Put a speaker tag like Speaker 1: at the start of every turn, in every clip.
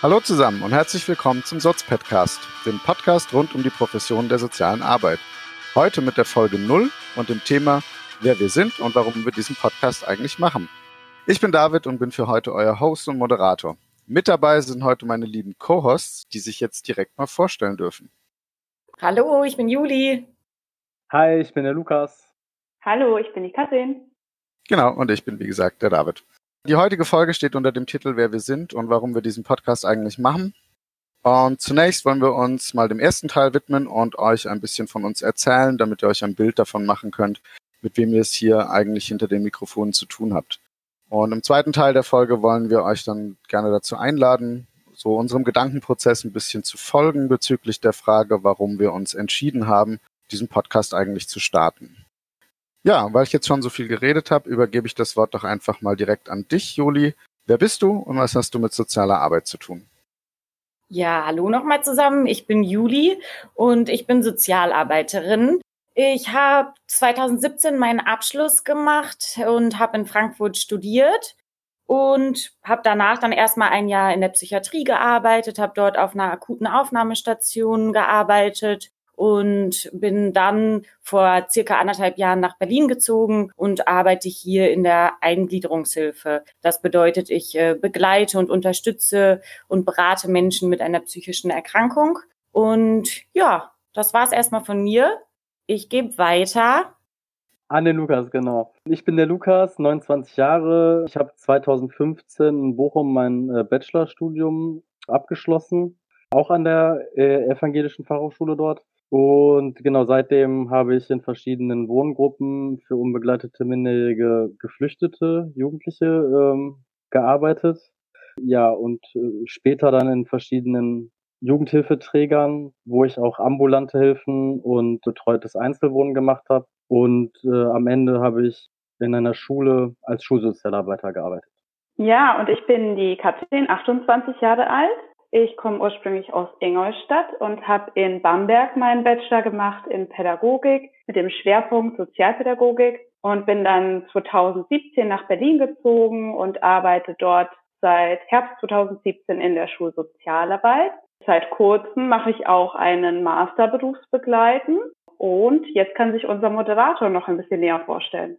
Speaker 1: Hallo zusammen und herzlich willkommen zum Soz-Podcast, dem Podcast rund um die Profession der sozialen Arbeit. Heute mit der Folge 0 und dem Thema, wer wir sind und warum wir diesen Podcast eigentlich machen. Ich bin David und bin für heute euer Host und Moderator. Mit dabei sind heute meine lieben Co-Hosts, die sich jetzt direkt mal vorstellen dürfen.
Speaker 2: Hallo, ich bin Juli.
Speaker 3: Hi, ich bin der Lukas.
Speaker 4: Hallo, ich bin die Katrin.
Speaker 1: Genau, und ich bin wie gesagt der David. Die heutige Folge steht unter dem Titel Wer wir sind und warum wir diesen Podcast eigentlich machen. Und zunächst wollen wir uns mal dem ersten Teil widmen und euch ein bisschen von uns erzählen, damit ihr euch ein Bild davon machen könnt, mit wem ihr es hier eigentlich hinter den Mikrofonen zu tun habt. Und im zweiten Teil der Folge wollen wir euch dann gerne dazu einladen, so unserem Gedankenprozess ein bisschen zu folgen bezüglich der Frage, warum wir uns entschieden haben, diesen Podcast eigentlich zu starten. Ja, weil ich jetzt schon so viel geredet habe, übergebe ich das Wort doch einfach mal direkt an dich, Juli. Wer bist du und was hast du mit sozialer Arbeit zu tun?
Speaker 2: Ja, hallo nochmal zusammen. Ich bin Juli und ich bin Sozialarbeiterin. Ich habe 2017 meinen Abschluss gemacht und habe in Frankfurt studiert und habe danach dann erstmal ein Jahr in der Psychiatrie gearbeitet, habe dort auf einer akuten Aufnahmestation gearbeitet und bin dann vor circa 1,5 Jahren nach Berlin gezogen und arbeite hier in der Eingliederungshilfe. Das bedeutet, ich begleite und unterstütze und berate Menschen mit einer psychischen Erkrankung. Und ja, das war's erstmal von mir. Ich gebe weiter
Speaker 3: An den Lukas, genau. Ich bin der Lukas, 29 Jahre. Ich habe 2015 in Bochum mein Bachelorstudium abgeschlossen, auch an der Evangelischen Fachhochschule dort. Und genau seitdem habe ich in verschiedenen Wohngruppen für unbegleitete minderjährige Geflüchtete, Jugendliche gearbeitet. Ja, und später dann in verschiedenen Jugendhilfeträgern, wo ich auch ambulante Hilfen und betreutes Einzelwohnen gemacht habe. Und am Ende habe ich in einer Schule als Schulsozialarbeiter gearbeitet.
Speaker 4: Ja, und ich bin die Katrin, 28 Jahre alt. Ich komme ursprünglich aus Ingolstadt und habe in Bamberg meinen Bachelor gemacht in Pädagogik mit dem Schwerpunkt Sozialpädagogik und bin dann 2017 nach Berlin gezogen und arbeite dort seit Herbst 2017 in der Schulsozialarbeit. Seit kurzem mache ich auch einen Master berufsbegleiten und jetzt kann sich unser Moderator noch ein bisschen näher vorstellen.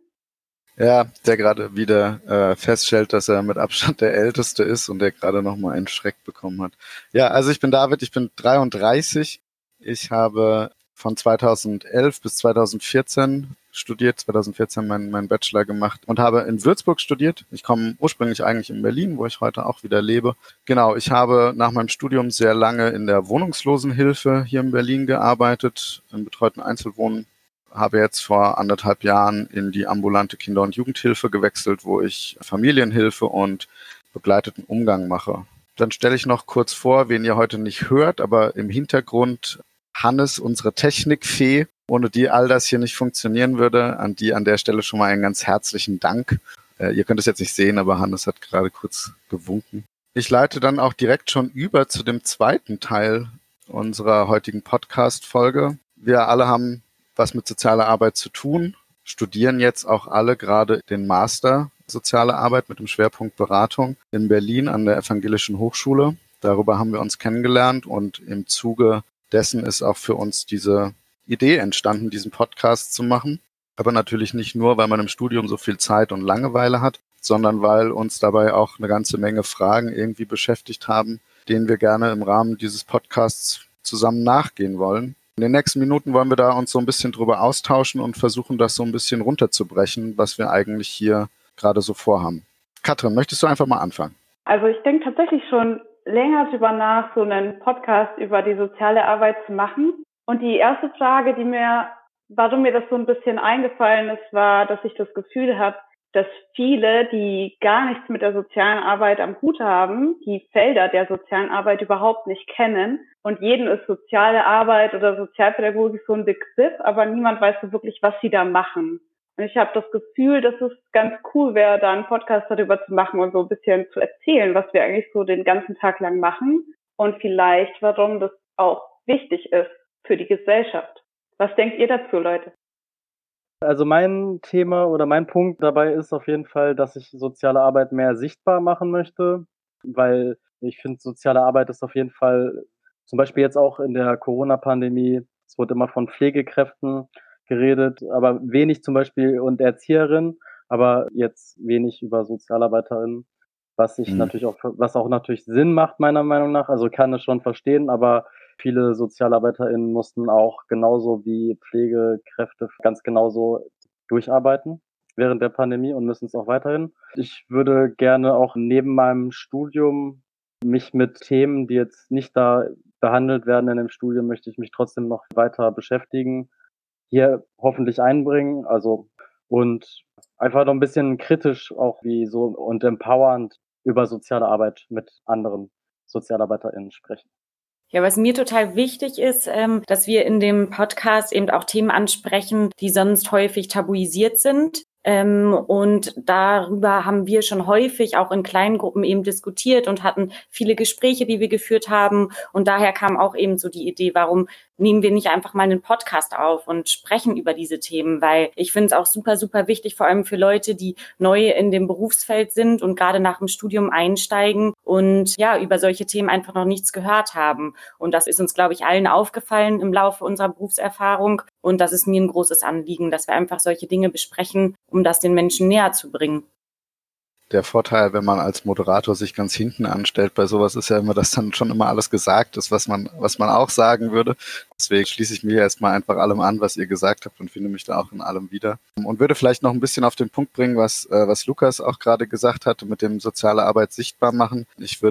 Speaker 1: Ja, der gerade wieder feststellt, dass er mit Abstand der Älteste ist und der gerade nochmal einen Schreck bekommen hat. Ja, also ich bin David, ich bin 33. Ich habe von 2011 bis 2014 studiert, 2014 meinen Bachelor gemacht und habe in Würzburg studiert. Ich komme ursprünglich eigentlich in Berlin, wo ich heute auch wieder lebe. Genau, ich habe nach meinem Studium sehr lange in der Wohnungslosenhilfe hier in Berlin gearbeitet, im betreuten Einzelwohnen. Habe jetzt vor 1,5 Jahren in die ambulante Kinder- und Jugendhilfe gewechselt, wo ich Familienhilfe und begleiteten Umgang mache. Dann stelle ich noch kurz vor, wen ihr heute nicht hört, aber im Hintergrund Hannes, unsere Technikfee, ohne die all das hier nicht funktionieren würde. An die an der Stelle schon mal einen ganz herzlichen Dank. Ihr könnt es jetzt nicht sehen, aber Hannes hat gerade kurz gewunken. Ich leite dann auch direkt schon über zu dem zweiten Teil unserer heutigen Podcast-Folge. Wir alle haben was mit sozialer Arbeit zu tun, studieren jetzt auch alle gerade den Master Soziale Arbeit mit dem Schwerpunkt Beratung in Berlin an der Evangelischen Hochschule. Darüber haben wir uns kennengelernt und im Zuge dessen ist auch für uns diese Idee entstanden, diesen Podcast zu machen. Aber natürlich nicht nur, weil man im Studium so viel Zeit und Langeweile hat, sondern weil uns dabei auch eine ganze Menge Fragen irgendwie beschäftigt haben, denen wir gerne im Rahmen dieses Podcasts zusammen nachgehen wollen. In den nächsten Minuten wollen wir da uns so ein bisschen drüber austauschen und versuchen, das so ein bisschen runterzubrechen, was wir eigentlich hier gerade so vorhaben. Katrin, möchtest du einfach mal anfangen?
Speaker 4: Also ich denke tatsächlich schon länger drüber nach, so einen Podcast über die soziale Arbeit zu machen. Und die erste Frage, warum mir das so ein bisschen eingefallen ist, war, dass ich das Gefühl habe, dass viele, die gar nichts mit der sozialen Arbeit am Hut haben, die Felder der sozialen Arbeit überhaupt nicht kennen. Und jedem ist soziale Arbeit oder Sozialpädagogik so ein Begriff, aber niemand weiß so wirklich, was sie da machen. Und ich habe das Gefühl, dass es ganz cool wäre, da einen Podcast darüber zu machen und so ein bisschen zu erzählen, was wir eigentlich so den ganzen Tag lang machen und vielleicht, warum das auch wichtig ist für die Gesellschaft. Was denkt ihr dazu, Leute?
Speaker 3: Also mein Thema oder mein Punkt dabei ist auf jeden Fall, dass ich soziale Arbeit mehr sichtbar machen möchte, weil Ich finde, soziale Arbeit ist auf jeden Fall, zum Beispiel jetzt auch in der Corona-Pandemie, es wurde immer von Pflegekräften geredet, aber wenig zum Beispiel und Erzieherinnen, aber jetzt wenig über Sozialarbeiterinnen, was auch natürlich Sinn macht, meiner Meinung nach. Also kann es schon verstehen, aber viele SozialarbeiterInnen mussten auch genauso wie Pflegekräfte ganz genauso durcharbeiten während der Pandemie und müssen es auch weiterhin. Ich würde gerne auch neben meinem Studium mich mit Themen, die jetzt nicht da behandelt werden in dem Studium, möchte ich mich trotzdem noch weiter beschäftigen, hier hoffentlich einbringen, also und einfach noch ein bisschen kritisch auch wie so und empowernd über soziale Arbeit mit anderen SozialarbeiterInnen sprechen.
Speaker 2: Ja, was mir total wichtig ist, dass wir in dem Podcast eben auch Themen ansprechen, die sonst häufig tabuisiert sind. Und darüber haben wir schon häufig auch in kleinen Gruppen eben diskutiert und hatten viele Gespräche, die wir geführt haben. Und daher kam auch eben so die Idee, warum nehmen wir nicht einfach mal einen Podcast auf und sprechen über diese Themen, weil ich finde es auch super, super wichtig, vor allem für Leute, die neu in dem Berufsfeld sind und gerade nach dem Studium einsteigen und ja, über solche Themen einfach noch nichts gehört haben. Und das ist uns, glaube ich, allen aufgefallen im Laufe unserer Berufserfahrung. Und das ist mir ein großes Anliegen, dass wir einfach solche Dinge besprechen, um das den Menschen näher zu bringen.
Speaker 1: Der Vorteil, wenn man als Moderator sich ganz hinten anstellt bei sowas, ist ja immer, dass dann schon immer alles gesagt ist, was man auch sagen würde. Deswegen schließe ich mir erstmal einfach allem an, was ihr gesagt habt und finde mich da auch in allem wieder. Und würde vielleicht noch ein bisschen auf den Punkt bringen, was Lukas auch gerade gesagt hatte, mit dem soziale Arbeit sichtbar machen.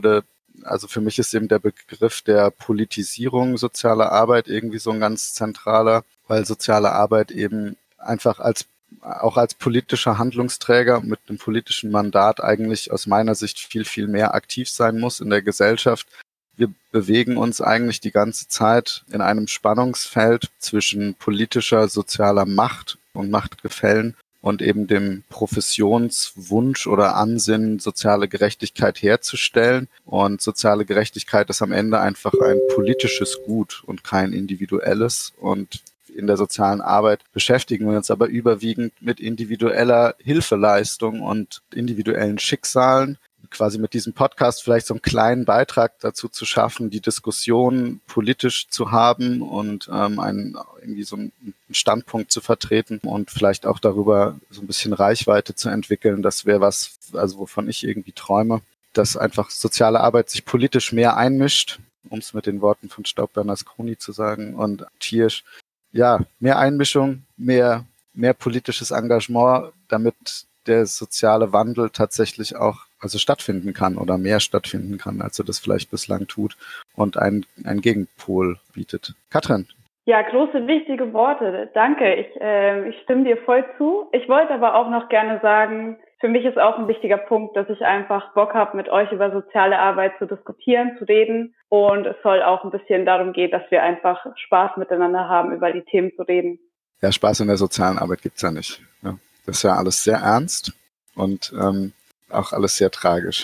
Speaker 1: Also für mich ist eben der Begriff der Politisierung sozialer Arbeit irgendwie so ein ganz zentraler, weil soziale Arbeit eben einfach auch als politischer Handlungsträger mit einem politischen Mandat eigentlich aus meiner Sicht viel, viel mehr aktiv sein muss in der Gesellschaft. Wir bewegen uns eigentlich die ganze Zeit in einem Spannungsfeld zwischen politischer, sozialer Macht und Machtgefällen und eben dem Professionswunsch oder Ansinnen, soziale Gerechtigkeit herzustellen. Und soziale Gerechtigkeit ist am Ende einfach ein politisches Gut und kein individuelles. Und in der sozialen Arbeit beschäftigen wir uns aber überwiegend mit individueller Hilfeleistung und individuellen Schicksalen. Quasi mit diesem Podcast vielleicht so einen kleinen Beitrag dazu zu schaffen, die Diskussion politisch zu haben und irgendwie so einen Standpunkt zu vertreten und vielleicht auch darüber so ein bisschen Reichweite zu entwickeln. Das wäre was, also wovon ich irgendwie träume, dass einfach soziale Arbeit sich politisch mehr einmischt, um es mit den Worten von Staub Bernasconi zu sagen, und Thiersch. Ja, mehr Einmischung, mehr politisches Engagement, damit der soziale Wandel tatsächlich auch stattfinden kann oder mehr stattfinden kann, als er das vielleicht bislang tut und einen Gegenpol bietet. Katrin.
Speaker 4: Ja, große, wichtige Worte. Danke. Ich stimme dir voll zu. Ich wollte aber auch noch gerne sagen, für mich ist auch ein wichtiger Punkt, dass ich einfach Bock habe, mit euch über soziale Arbeit zu diskutieren, zu reden. Und es soll auch ein bisschen darum gehen, dass wir einfach Spaß miteinander haben, über die Themen zu reden.
Speaker 1: Ja, Spaß in der sozialen Arbeit gibt's ja nicht. Ja, das ist ja alles sehr ernst und auch alles sehr tragisch.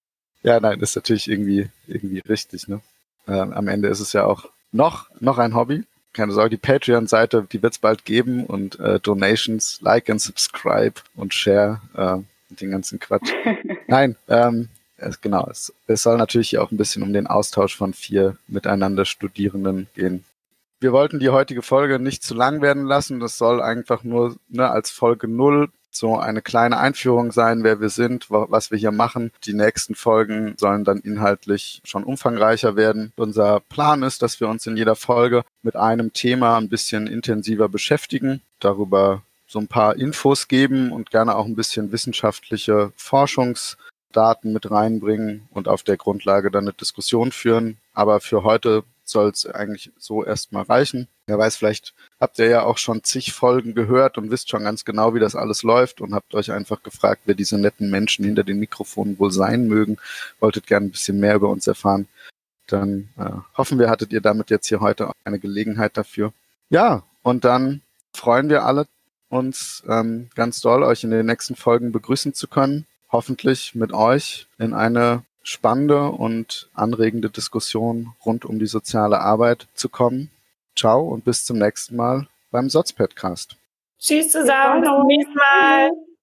Speaker 1: Ja, nein, das ist natürlich irgendwie richtig. Ne? Am Ende ist es ja auch noch ein Hobby. Keine Sorge, die Patreon-Seite, die wird's bald geben und Donations, Like and Subscribe und Share und den ganzen Quatsch. Nein, genau, es soll natürlich auch ein bisschen um den Austausch von 4 miteinander Studierenden gehen. Wir wollten die heutige Folge nicht zu lang werden lassen. Das soll einfach nur als Folge 0 so eine kleine Einführung sein, wer wir sind, was wir hier machen. Die nächsten Folgen sollen dann inhaltlich schon umfangreicher werden. Unser Plan ist, dass wir uns in jeder Folge mit einem Thema ein bisschen intensiver beschäftigen, darüber so ein paar Infos geben und gerne auch ein bisschen wissenschaftliche Forschungsdaten mit reinbringen und auf der Grundlage dann eine Diskussion führen. Aber für heute soll es eigentlich so erstmal reichen. Wer weiß, vielleicht habt ihr ja auch schon zig Folgen gehört und wisst schon ganz genau, wie das alles läuft und habt euch einfach gefragt, wer diese netten Menschen hinter den Mikrofonen wohl sein mögen. Wolltet gerne ein bisschen mehr über uns erfahren. Dann hoffen wir, hattet ihr damit jetzt hier heute auch eine Gelegenheit dafür. Ja, und dann freuen wir alle, uns ganz doll, euch in den nächsten Folgen begrüßen zu können. Hoffentlich mit euch in eine spannende und anregende Diskussion rund um die soziale Arbeit zu kommen. Ciao und bis zum nächsten Mal beim SOZ-Podcast.
Speaker 2: Tschüss zusammen, bis zum nächsten Mal.